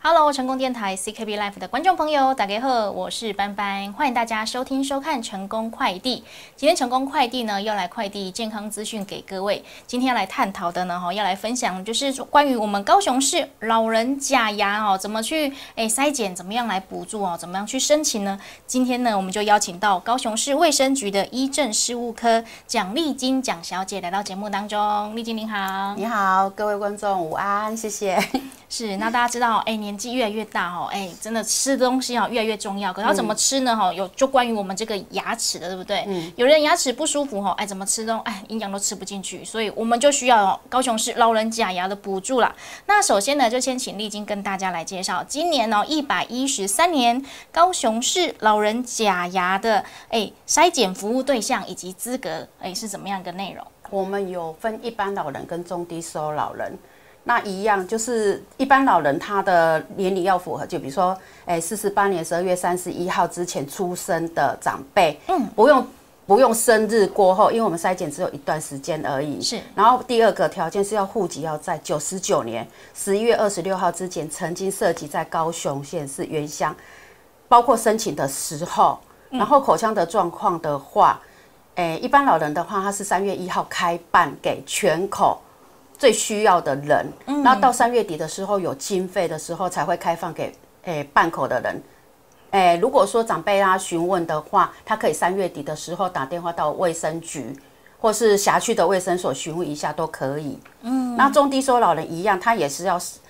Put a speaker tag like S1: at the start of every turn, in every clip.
S1: Hello， 成功电台 CKB Life 的观众朋友，大家好，我是班班，欢迎大家收听收看成功快递。今天成功快递呢要来快递健康资讯给各位。今天要来探讨的呢，要来分享就是关于我们高雄市老人假牙怎么去筛检，怎么样来补助怎么样去申请呢？今天呢，我们就邀请到高雄市卫生局的医政事务科蒋丽晶蒋小姐来到节目当中。丽晶您好。
S2: 你好，各位观众午安，谢谢。
S1: 是，那大家知道，年纪越来越大真的吃东西越来越重要。可是要怎么吃呢？有就关于我们这个牙齿的，对不对？有人牙齿不舒服怎么吃都营养都吃不进去，所以我们就需要高雄市老人假牙的补助啦。那首先呢，就先请丽晶跟大家来介绍今年113年高雄市老人假牙的筛检服务对象以及资格是怎么样的内容？
S2: 我们有分一般老人跟中低收老人。那一样就是一般老人他的年龄要符合，就比如说，48年12月31号之前出生的长辈，不用生日过后，因为我们筛检只有一段时间而已。
S1: 是。
S2: 然后第二个条件是要户籍要在99年11月26号之前曾经涉及在高雄县市原乡，包括申请的时候，然后口腔的状况的话，一般老人的话，他是3月1号开办给全口最需要的人，然后到3月底的时候有经费的时候才会开放给半口的人。如果说长辈询问的话，他可以3月底的时候打电话到卫生局或是辖区的卫生所询问一下都可以。那中低收老人一样，他也是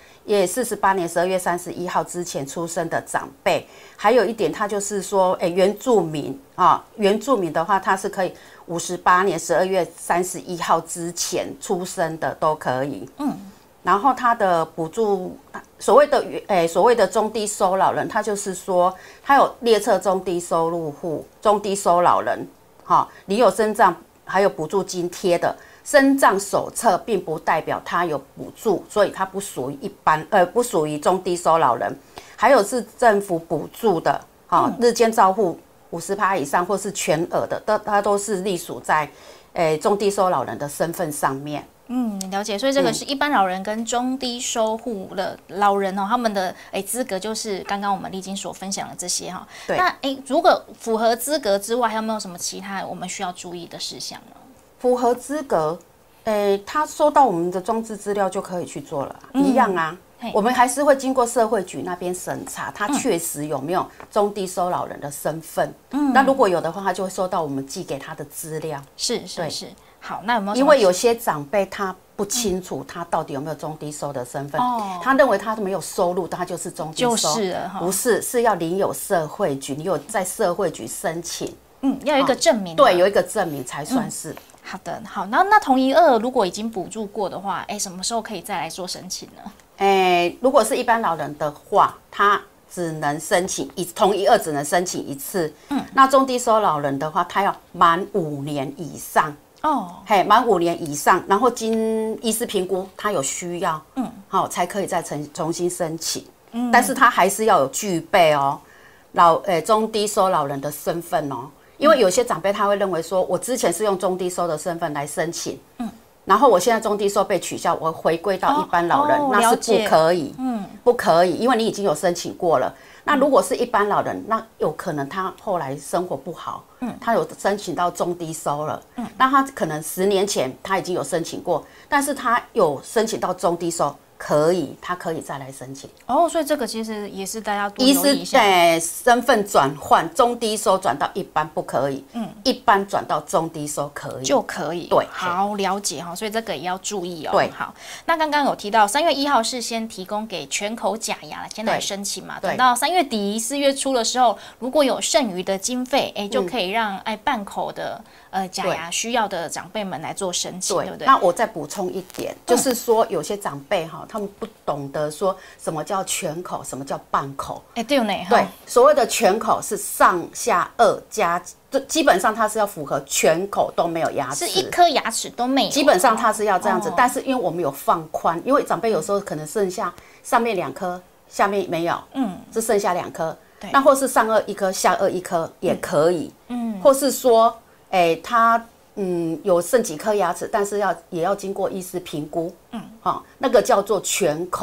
S2: 48年12月31号之前出生的长辈。还有一点，他就是说，原住民原住民的话，他是可以58年12月31号之前出生的都可以。然后他的补助，所谓的中低收老人，他就是说，他有列册中低收入户、中低收老人，你有身障还有补助津贴的。身障手册并不代表他有补助，所以他不属于不属于中低收老人。还有是政府补助的，日间照护50%以上或是全额的，它都是隶属在中低收老人的身份上面。
S1: 了解。所以这个是一般老人跟中低收户的老人他们的资格就是刚刚我们丽晶所分享的这些
S2: 对。
S1: 那如果符合资格之外，还有没有什么其他我们需要注意的事项呢？
S2: 符合资格，他收到我们的装置资料就可以去做了，一样啊。我们还是会经过社会局那边审查，他确实有没有中低收老人的身份。那如果有的话，他就会收到我们寄给他的资料。
S1: 是。好，那有没有？
S2: 因为有些长辈他不清楚他到底有没有中低收的身份，他认为他没有收入，他就是中低收，
S1: 就是了
S2: 不是，是要领有社会局，你有在社会局申请，
S1: 要有一个证明。
S2: 对，有一个证明才算是。
S1: 好的，好，那同一二如果已经补助过的话，什么时候可以再来做申请呢？
S2: 如果是一般老人的话，他只能申请同一二只能申请一次。那中低收老人的话，他要满5年以上。满5年以上，然后经医师评估，他有需要，才可以再重新申请。但是他还是要有具备中低收老人的身份因为有些长辈他会认为说，我之前是用中低收的身份来申请，然后我现在中低收被取消，我回归到一般老人，那是不可以，不可以，因为你已经有申请过了。那如果是一般老人，那有可能他后来生活不好，他有申请到中低收了，那他可能10年前他已经有申请过，但是他有申请到中低收。他可以再来申请
S1: 所以这个其实也是大家多留意一下。
S2: 身份转换，中低收转到一般不可以，一般转到中低收可以
S1: 就可以。
S2: 对，
S1: 好，了解所以这个也要注意
S2: 对，
S1: 好，那刚刚有提到3月1号是先提供给全口假牙先来申请嘛，等到3月底4月初的时候，如果有剩余的经费，就可以让半口的假牙需要的长辈们来做申请，对不对？
S2: 那我再补充一点，就是说有些长辈他们不懂得说什么叫全口，什么叫半口。
S1: 对呢。
S2: 对，所谓的全口是上下颚加，基本上它是要符合全口都没有牙齿，
S1: 是一颗牙齿都没有。
S2: 基本上它是要这样子，但是因为我们有放宽，因为长辈有时候可能剩下上面2颗，下面没有，是剩下2颗。那或是上颚1颗，下颚1颗也可以，或是说，他有剩几颗牙齿，但是也要经过医师评估，那个叫做全口，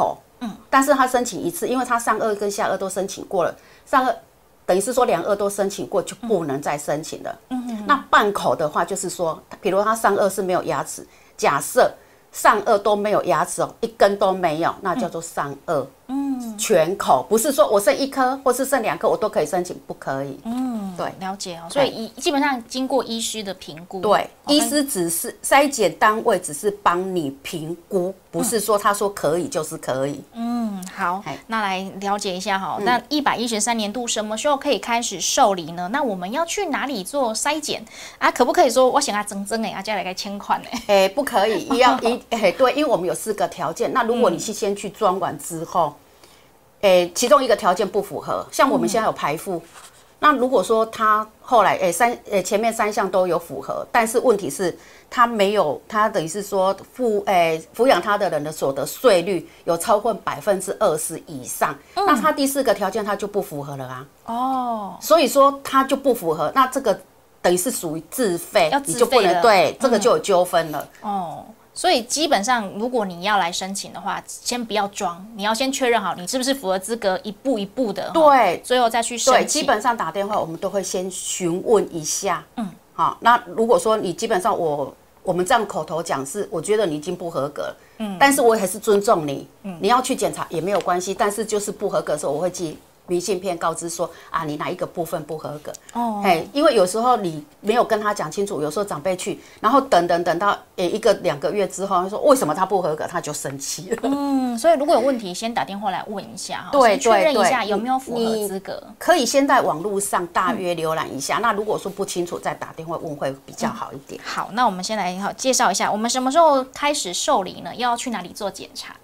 S2: 但是他申请一次，因为他上2跟下2都申请过了，上2等于是说2、2都申请过，就不能再申请了。那半口的话，就是说，比如他上2是没有牙齿，假设上2都没有牙齿哦，1根都没有，那叫做上2。全口，不是说我剩1颗或是剩2颗我都可以申请，不可以。对，
S1: 了解哦。所以基本上经过医师的评估，
S2: 对，医师只是筛检单位，只是帮你评估，不是说他说可以就是可以。
S1: 好，那来了解一下哈。那113年度什么时候可以开始受理呢？那我们要去哪里做筛检啊？可不可以说我想要增哎，再来个签款哎？
S2: 不可以，对，因为我们有4个条件。那如果你是先去装完之后，其中1个条件不符合，像我们现在有排付。那如果说他后来前面3项都有符合，但是问题是他没有，他等于是说抚养他的人的所得税率有超过20%以上，那他第4个条件他就不符合了啊。所以说他就不符合，那这个等于是属于自费，你就不能对这个就有纠纷了。
S1: 所以基本上，如果你要来申请的话，先不要装，你要先确认好你是不是符合资格，一步一步的，
S2: 对，
S1: 最后再去申请。
S2: 对，基本上打电话我们都会先询问一下。好，那如果说你基本上我们这样口头讲是，我觉得你已经不合格了，但是我还是尊重你，你要去检查也没有关系，但是就是不合格的时候，我会寄明信片告知说你哪一个部分不合格。因为有时候你没有跟他讲清楚，有时候长辈去，然后等到1个2个月之后，他说为什么他不合格，他就生气了。
S1: 所以如果有问题，先打电话来问一下，
S2: 对，
S1: 确认一下有没有符合资格。
S2: 可以先在网络上大约浏览一下，那如果说不清楚，再打电话问会比较好一点。
S1: 好，那我们先来介绍一下，我们什么时候开始受理呢？要去哪里做检查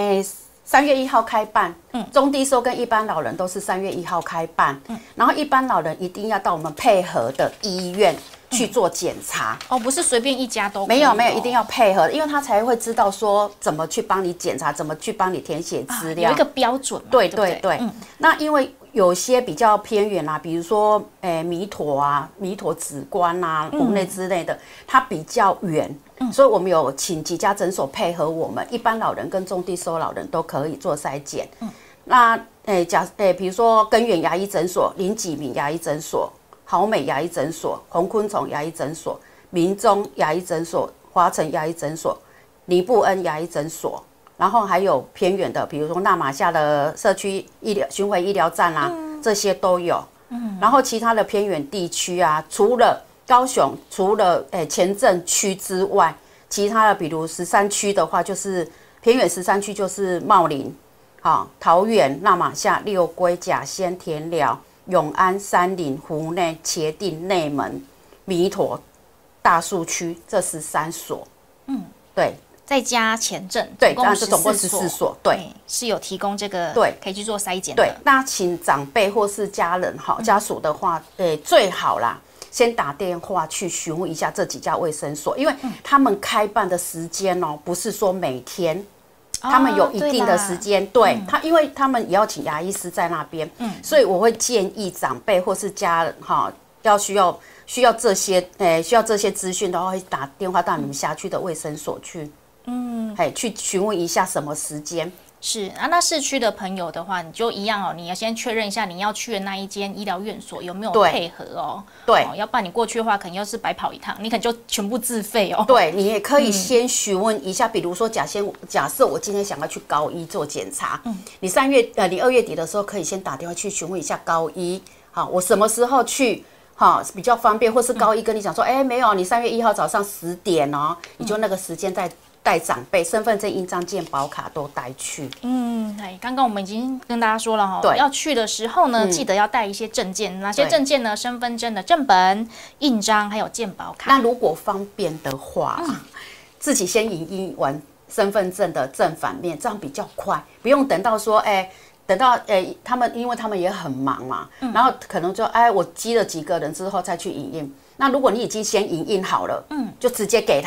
S2: ？3月1号开办，中低收跟一般老人都是3月1号开办，然后一般老人一定要到我们配合的医院去做检查。
S1: 不是随便一家都可以。
S2: 没有，一定要配合，因为他才会知道说怎么去帮你检查，怎么去帮你填写资料，
S1: 有一个标准嘛。
S2: 对。那因为有些比较偏远比如说弥陀梓官湖内之类的，它比较远。所以我们有请几家诊所配合我们，一般老人跟中低收老人都可以做筛检。那比如说根源牙医诊所、林启明牙医诊所、好美牙医诊所、洪昆虫牙医诊所、民中牙医诊所、华城牙医诊所、尼布恩牙医诊所，然后还有偏远的，比如说纳马夏的社区巡回医疗站这些都有。然后其他的偏远地区除了高雄除了前镇区之外，其他的比如13区的话，就是偏远13区就是茂林、桃园、纳马夏、六龟、甲仙、田寮、永安、山林、湖内、茄萣、内门、弥陀、大树区这13所。对。
S1: 再加前镇，
S2: 对，那总共14所，对，
S1: 是有提供这个，
S2: 对，
S1: 可以去做筛检的。
S2: 对，那请长辈或是家人家属的话，最好啦，先打电话去询问一下这几家卫生所，因为他们开办的时间不是说每天，他们有一定的时间，对他，因为他们也要请牙医师在那边，所以我会建议长辈或是家人需要这些资讯的话，会打电话到你们辖区的卫生所去。去询问一下什么时间。
S1: 是那市区的朋友的话，你就一样你要先确认一下你要去的那一间医疗院所有没有配合
S2: 对，
S1: 要不然你过去的话，可能又是白跑一趟，你可能就全部自费
S2: 对，你也可以先询问一下，比如说假设我今天想要去高医做检查，你2月底的时候可以先打电话去询问一下高医，我什么时候去？比较方便，或是高医跟你讲说，没有，你3月1号早上10点你就那个时间再带长辈身份证、印章、健保卡都带去。
S1: 刚刚我们已经跟大家说了要去的时候呢，记得要带一些证件，哪些证件呢？身份证的正本、印章，还有健保卡。
S2: 那如果方便的话，自己先影印完身份证的正反面，这样比较快，不用等到说，等到因为他们也很忙嘛，然后可能就我积了几个人之后再去影印。那如果你已经先影印好了，就直接给他，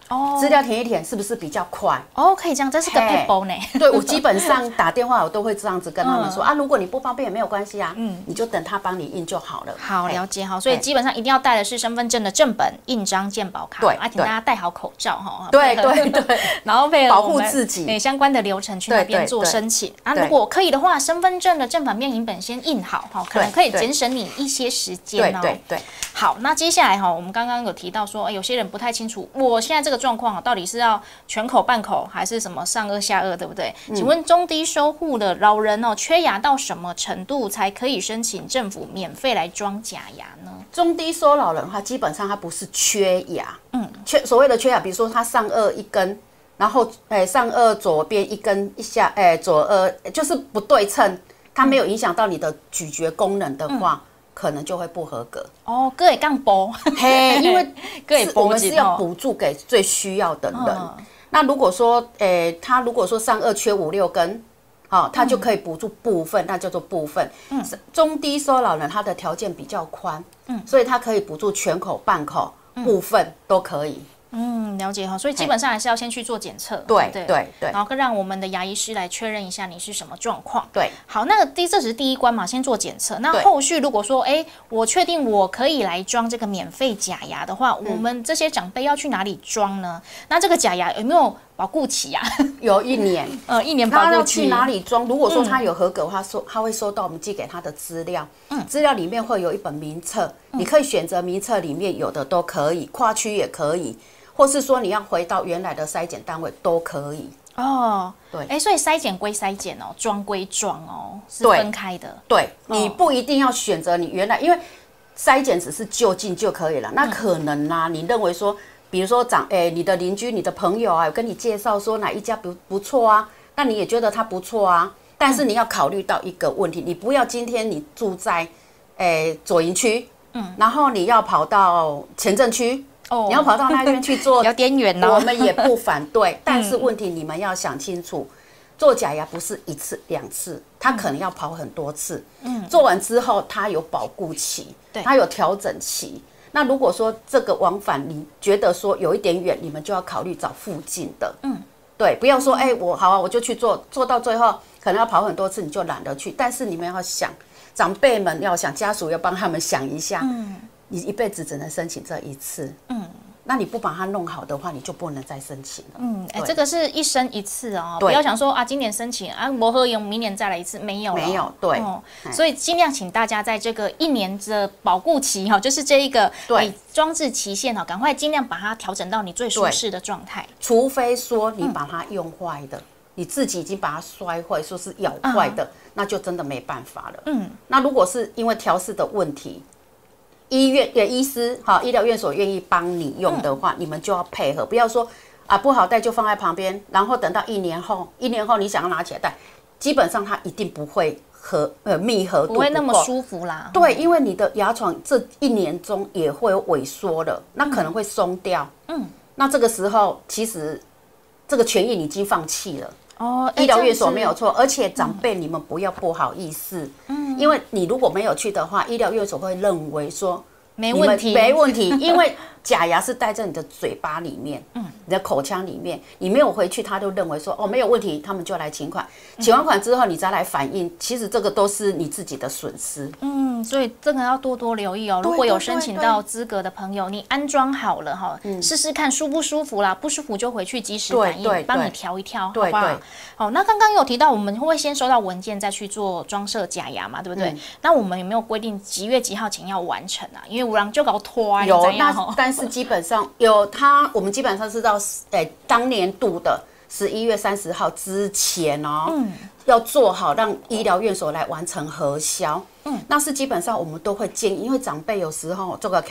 S2: 资料填一填是不是比较快？
S1: 可以这样，这是个撇步呢。
S2: 对，我基本上打电话我都会这样子跟他们说如果你不方便也没有关系啊，你就等他帮你印就好了。
S1: 好，了解哈。所以基本上一定要带的是身份证的正本、印章、健保卡，请大家戴好口罩哈。
S2: 对，
S1: 然后配合
S2: 保护自己
S1: 相关的流程去那边做申请如果可以的话，身份证的正反面影本先印好哈，可能可以节省你一些时间哦。
S2: 对。
S1: 好，那接下来我们刚刚有提到说，有些人不太清楚，我现在这个状况到底是要全口、半口，还是什么上颚、下颚，对不对？请问中低收户的老人缺牙到什么程度才可以申请政府免费来装假牙呢？
S2: 中低收老人的话，基本上他不是缺牙，所谓的缺牙，比如说他上颚一根，然后上颚左边一根，下左颚就是不对称，它没有影响到你的咀嚼功能的话。可能就会不合格
S1: 各会降补，
S2: 因为我们是要补助给最需要的人。那如果说，他如果说上颚缺5、6根，他就可以补助部分，那叫做部分。中低收老人他的条件比较宽，所以他可以补助全口、半口、部分都可以。
S1: 了解哈，所以基本上还是要先去做检测，
S2: 对，
S1: 然后让我们的牙医师来确认一下你是什么状况。
S2: 对，
S1: 好，那这只是第一关嘛，先做检测。那后续如果说，我确定我可以来装这个免费假牙的话，我们这些长辈要去哪里装呢？那这个假牙有没有保固期啊？
S2: 有1年
S1: ，1年保固期。
S2: 去哪里装？如果说他有合格的话，他会收到我们寄给他的资料，资料里面会有一本名册，你可以选择名册里面有的都可以，跨区也可以。或是说你要回到原来的筛检单位都可以
S1: 对，所以筛检归筛检装归装是分开的。
S2: 对，你不一定要选择你原来，因为筛检只是就近就可以了。那可能你认为说，比如说你的邻居、你的朋友有跟你介绍说哪一家不错啊，那你也觉得他不错啊，但是你要考虑到一个问题，你不要今天你住在左营区，然后你要跑到前镇区。你要跑到那边去做，
S1: 有点远
S2: 我们也不反对，但是问题你们要想清楚，做假牙不是1次2次，它可能要跑很多次。做完之后它有保固期，它有调整期。那如果说这个往返你觉得说有一点远，你们就要考虑找附近的。对，不要说我就去做到最后可能要跑很多次，你就懒得去。但是你们要想，长辈们要想，家属要帮他们想一下。你一辈子只能申请这1次，那你不把它弄好的话，你就不能再申请了。
S1: 这个是一生一次哦，不要想说今年申请磨合用，明年再来一次，没有，
S2: 对。
S1: 所以尽量请大家在这个1年的保固期就是这一个装置期限赶快尽量把它调整到你最舒适的状态。
S2: 除非说你把它用坏的，你自己已经把它摔坏，说是咬坏的，那就真的没办法了。那如果是因为调试的问题，医师医疗院所愿意帮你用的话，你们就要配合，不要说不好戴就放在旁边，然后等到1年后你想要拿起来戴，基本上它一定不会密合度
S1: 不会那么舒服啦。
S2: 对，因为你的牙床这1年中也会有萎缩了，那可能会松掉。那这个时候其实这个权益你已经放弃了。医疗院所没有错，而且长辈你们不要不好意思，因为你如果没有去的话，医疗院所会认为说
S1: 没问题，
S2: 因为假牙是戴在你的嘴巴里面，你的口腔里面，你没有回去，他就认为说没有问题，他们就来请款，请完款之后你再来反映，其实这个都是你自己的损失。
S1: 所以这个要多多留意哦。如果有申请到资格的朋友，你安装好了试试看舒不舒服啦，不舒服就回去及时反映，帮你调一调，好不好？好，那刚刚有提到我们会先收到文件再去做装设假牙嘛，对不对？那我们有没有规定几月几号前要完成啊？因为有人就搞拖
S2: 有，但是基本上我们基本上是到当年度的11月30号之前要做好，让医疗院所来完成核销。那是基本上我们都会建议，因为长辈有时候这个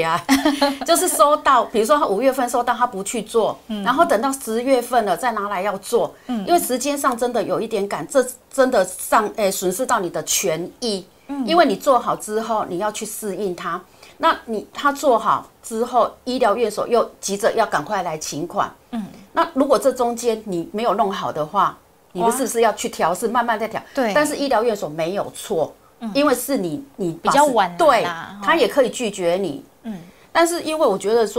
S2: cancel 就是收到，比如说他5月份收到，他不去做，然后等到10月份了再拿来要做，因为时间上真的有一点赶，这真的损失到你的权益，因为你做好之后你要去适应它，那他做好之后，医疗院所又急着要赶快来请款，那如果这中间你没有弄好的话，你们是不是要去调试，慢慢再调？
S1: 对。
S2: 但是医疗院所没有错，因为是你
S1: 比较晚，
S2: 对，他也可以拒绝你。但是因为我觉得说，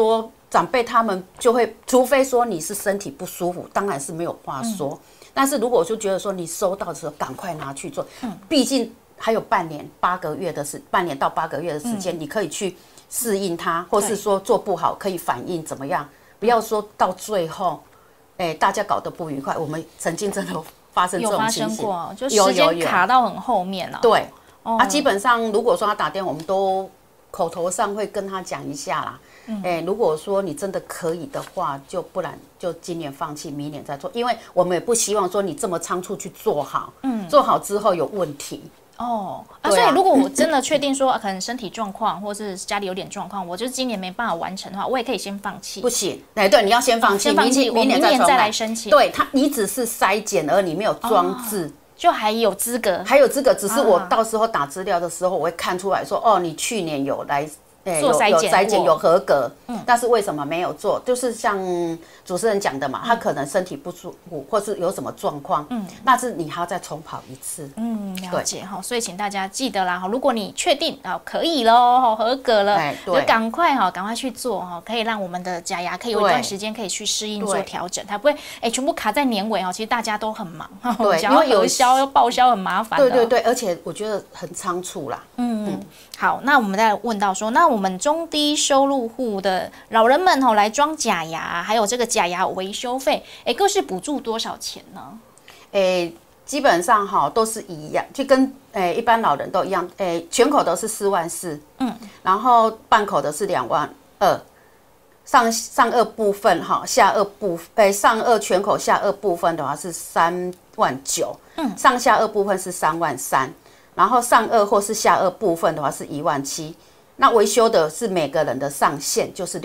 S2: 长辈他们就会，除非说你是身体不舒服，当然是没有话说。但是如果就觉得说你收到的时候赶快拿去做，毕竟还有半年到8个月的时间，你可以去适应它，或是说做不好可以反应怎么样，不要说到最后，大家搞得不愉快。我们曾经真的发生这种情形，
S1: 过，就时间卡到很后面了。
S2: 对，基本上如果说他打电话，我们都口头上会跟他讲一下啦。如果说你真的可以的话，就不然就今年放弃，明年再做，因为我们也不希望说你这么仓促去做好，做好之后有问题。
S1: 所以如果我真的确定说可能身体状况或是家里有点状况，我就是今年没办法完成的话，我也可以先放弃。
S2: 不行，对，你要先放弃，明年
S1: 再来申请。
S2: 对你只是筛检，而你没有装置。
S1: 就还有资格，
S2: 只是我到时候打资料的时候，我会看出来说，你去年有来
S1: 做筛检
S2: 有合格，但是为什么没有做？就是像主持人讲的嘛，他可能身体不舒服，或是有什么状况，那是你还要再重跑一次。
S1: 了解哈，所以请大家记得啦，如果你确定可以咯，合格了，就赶快去做可以让我们的假牙可以有一段时间可以去适应做调整，它不会全部卡在年尾其实大家都很忙，
S2: 对，
S1: 因为有销要报销很麻烦的。
S2: 对，而且我觉得很仓促啦。
S1: 好，那我们再问到说，那我们中低收入户的老人们来装假牙，还有这个假牙维修费，各是补助多少钱呢？
S2: 基本上都是一样，就跟一般老人都一样，全口都是4.4万，然后半口的是2.2万，上颚部分下颚部上颚全口下颚部分的话是3.9万，上下颚部分是3.3万。然后上颚或是下颚部分的话是1.7万，那维修的是每个人的上限就是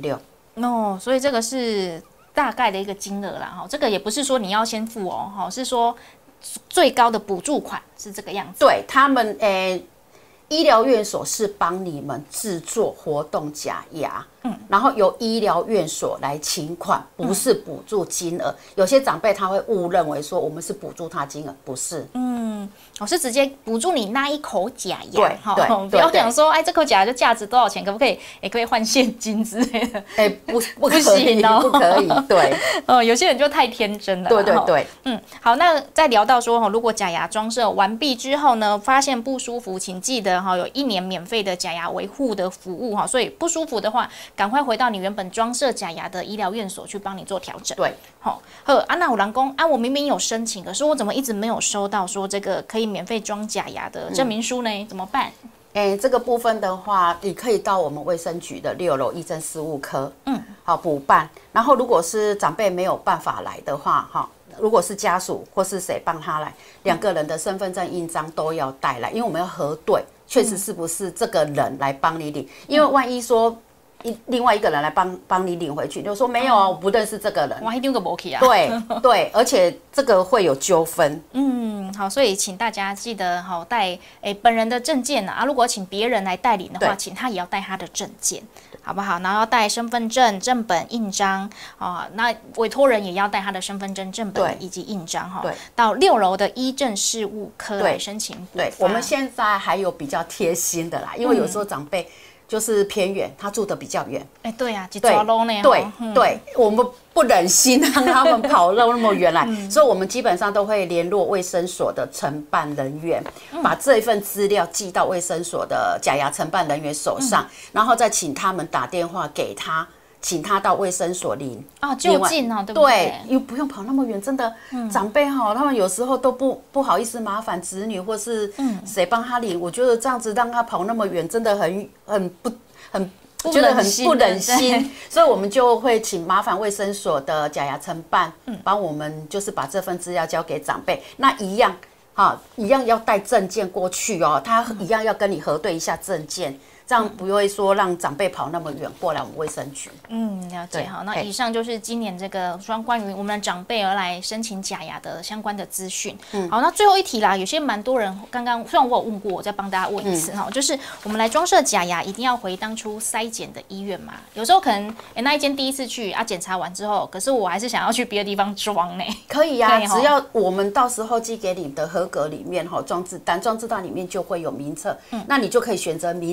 S2: 6600。
S1: 所以这个是大概的一个金额啦，这个也不是说你要先付是说最高的补助款是这个样子。
S2: 对，他们医疗院所是帮你们制作活动假牙，然后由医疗院所来请款，不是补助金额。有些长辈他会误认为说我们是补助他金额，不是。
S1: 我是直接补助你那一口假牙，
S2: 对，
S1: 不要讲说，这口假牙就价值多少钱，可不可以？可以换现金之类的。
S2: 不行哦，不可以。对，
S1: 有些人就太天真了。
S2: 对。
S1: 好，那再聊到说，如果假牙装设完毕之后呢，发现不舒服，请记得有1年免费的假牙维护的服务所以不舒服的话，赶快回到你原本装设假牙的医疗院所去帮你做调整。
S2: 对，
S1: 那有人说我明明有申请，可是我怎么一直没有收到说这个可以免费装假牙的证明书呢？怎么办？
S2: 这个部分的话，你可以到我们卫生局的6楼医政事务科，补办。然后如果是长辈没有办法来的话，如果是家属或是谁帮他来，2个人的身份证印章都要带来，因为我们要核对，确实是不是这个人来帮你领，因为万一说另外一个人来帮你领回去，就说没有我不认识这个人，
S1: 我还丢个没去啊。
S2: 对，而且这个会有纠纷。
S1: 好，所以请大家记得带本人的证件如果请别人来代理的话，请他也要带他的证件，好不好？然后要带身份证正本印章那委托人也要带他的身份证正本以及印章到6楼的医政事务科来申请补发。
S2: 对，我们现在还有比较贴心的啦，因为有时候长辈就是偏远，他住的比较远。
S1: 对啊，一抓路呢。
S2: 对，我们不忍心让他们跑那么远来，所以我们基本上都会联络卫生所的承办人员，把这一份资料寄到卫生所的假牙承办人员手上，然后再请他们打电话给他，请他到卫生所领
S1: 就近对不对？
S2: 又不用跑那么远，真的长辈他们有时候都不好意思麻烦子女或是谁帮他领，我觉得这样子让他跑那么远，真的很觉得很不忍心，所以我们就会请麻烦卫生所的假牙承办帮我们，就是把这份资料交给长辈，那一样要带证件过去他一样要跟你核对一下证件。这样不会说让长辈跑那么远过来我们卫生局。
S1: 了解。好，那以上就是今年这个关于我们的长辈而来申请假牙的相关的资讯。好，那最后一题啦，有些蛮多人刚刚虽然我有问过，我再帮大家问一次就是我们来装设假牙一定要回当初筛检的医院嘛？有时候可能那一间第一次去检查完之后，可是我还是想要去别的地方装呢。
S2: 可以啊，只要我们到时候寄给你的合格里面装置单里面就会有名册，那你就可以选择名册里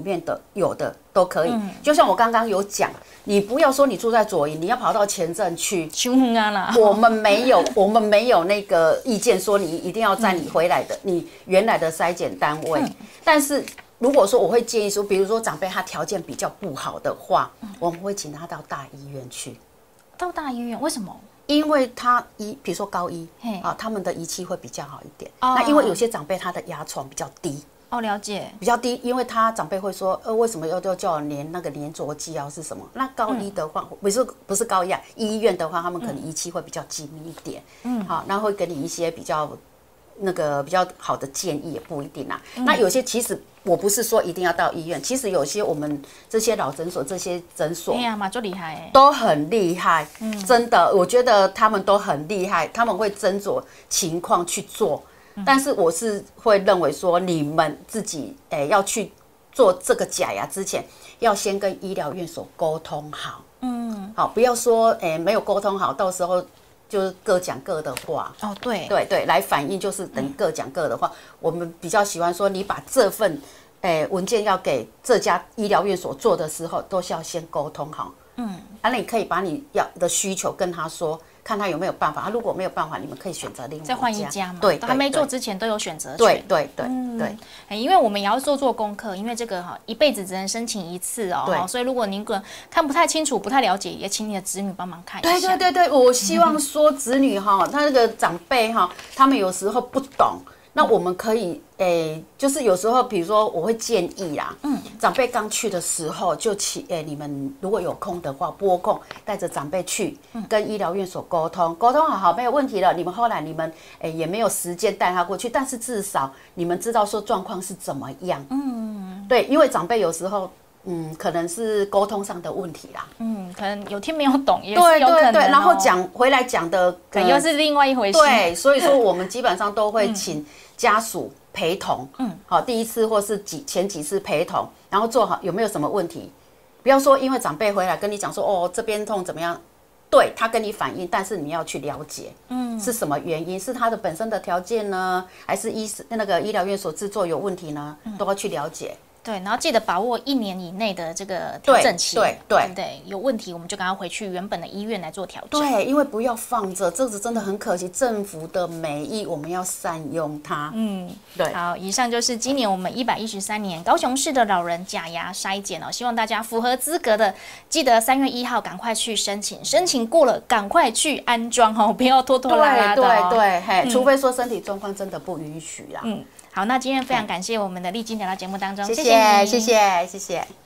S2: 面的有的都可以。就像我刚刚有讲，你不要说你住在左营，你要跑到前镇去，我们没有那个意见说你一定要在你回来的你原来的筛检单位，但是。如果说我会建议说，比如说长辈他条件比较不好的话，我们会请他到大医院去。
S1: 到大医院为什么？
S2: 因为他比如说高一啊，他们的仪器会比较好一点。那因为有些长辈他的牙床比较低。
S1: 了解。
S2: 比较低，因为他长辈会说，为什么要叫我粘那个粘着剂啊？是什么？那高一的话，不是高一啊，医院的话，他们可能仪器会比较精密一点。好，那会给你一些比较好的建议，也不一定啦。那有些其实。我不是说一定要到医院，其实有些我们这些老诊所、这些诊所，
S1: 就厉害，
S2: 都很厉害，真的，我觉得他们都很厉害，他们会斟酌情况去做。但是我是会认为说，你们自己要去做这个假牙之前，要先跟医疗院所沟通好，好，不要说没有沟通好，到时候。就是各讲各的话
S1: 对，
S2: 来反映就是等于各讲各的话。我们比较喜欢说，你把这份文件要给这家医疗院所做的时候，都是要先沟通好。那你可以把你要的需求跟他说，看他有没有办法。如果没有办法，你们可以选择另外
S1: 再换一家嘛。
S2: 对，
S1: 还没做之前都有选择
S2: 权。对。
S1: 因为我们也要做功课，因为这个一辈子只能申请一次哦。所以如果您看不太清楚、不太了解，也请你的子女帮忙看一下。
S2: 对，我希望说子女他那个长辈他们有时候不懂。那我们可以就是有时候，比如说我会建议啦，长辈刚去的时候就你们如果有空的话，拨空带着长辈去跟医疗院所沟通好，没有问题了。你们后来也没有时间带他过去，但是至少你们知道说状况是怎么样。对，因为长辈有时候。可能是沟通上的问题啦。
S1: 可能有听没有懂，也是有可能。对，
S2: 然后回来讲的，
S1: 可能又是另外一回事。
S2: 对，所以说我们基本上都会请家属陪同。好，第一次或是前几次陪同，然后做好有没有什么问题，不要说因为长辈回来跟你讲说这边痛怎么样，对他跟你反映，但是你要去了解，是什么原因，是他的本身的条件呢，还是那个医疗院所制作有问题呢，都要去了解。
S1: 对，然后记得把握1年以内的这个调整期，对不对？有问题我们就赶快回去原本的医院来做调整。
S2: 对，因为不要放着，这个真的很可惜。政府的美意我们要善用它。对。
S1: 好，以上就是今年我们113年高雄市的老人假牙筛检哦，希望大家符合资格的，记得3月1号赶快去申请，申请过了赶快去安装哦，不要拖拖拉拉的。
S2: 对，除非说身体状况真的不允许啦。
S1: 好，那今天非常感谢我们的丽晶来到节目当中，
S2: 谢谢。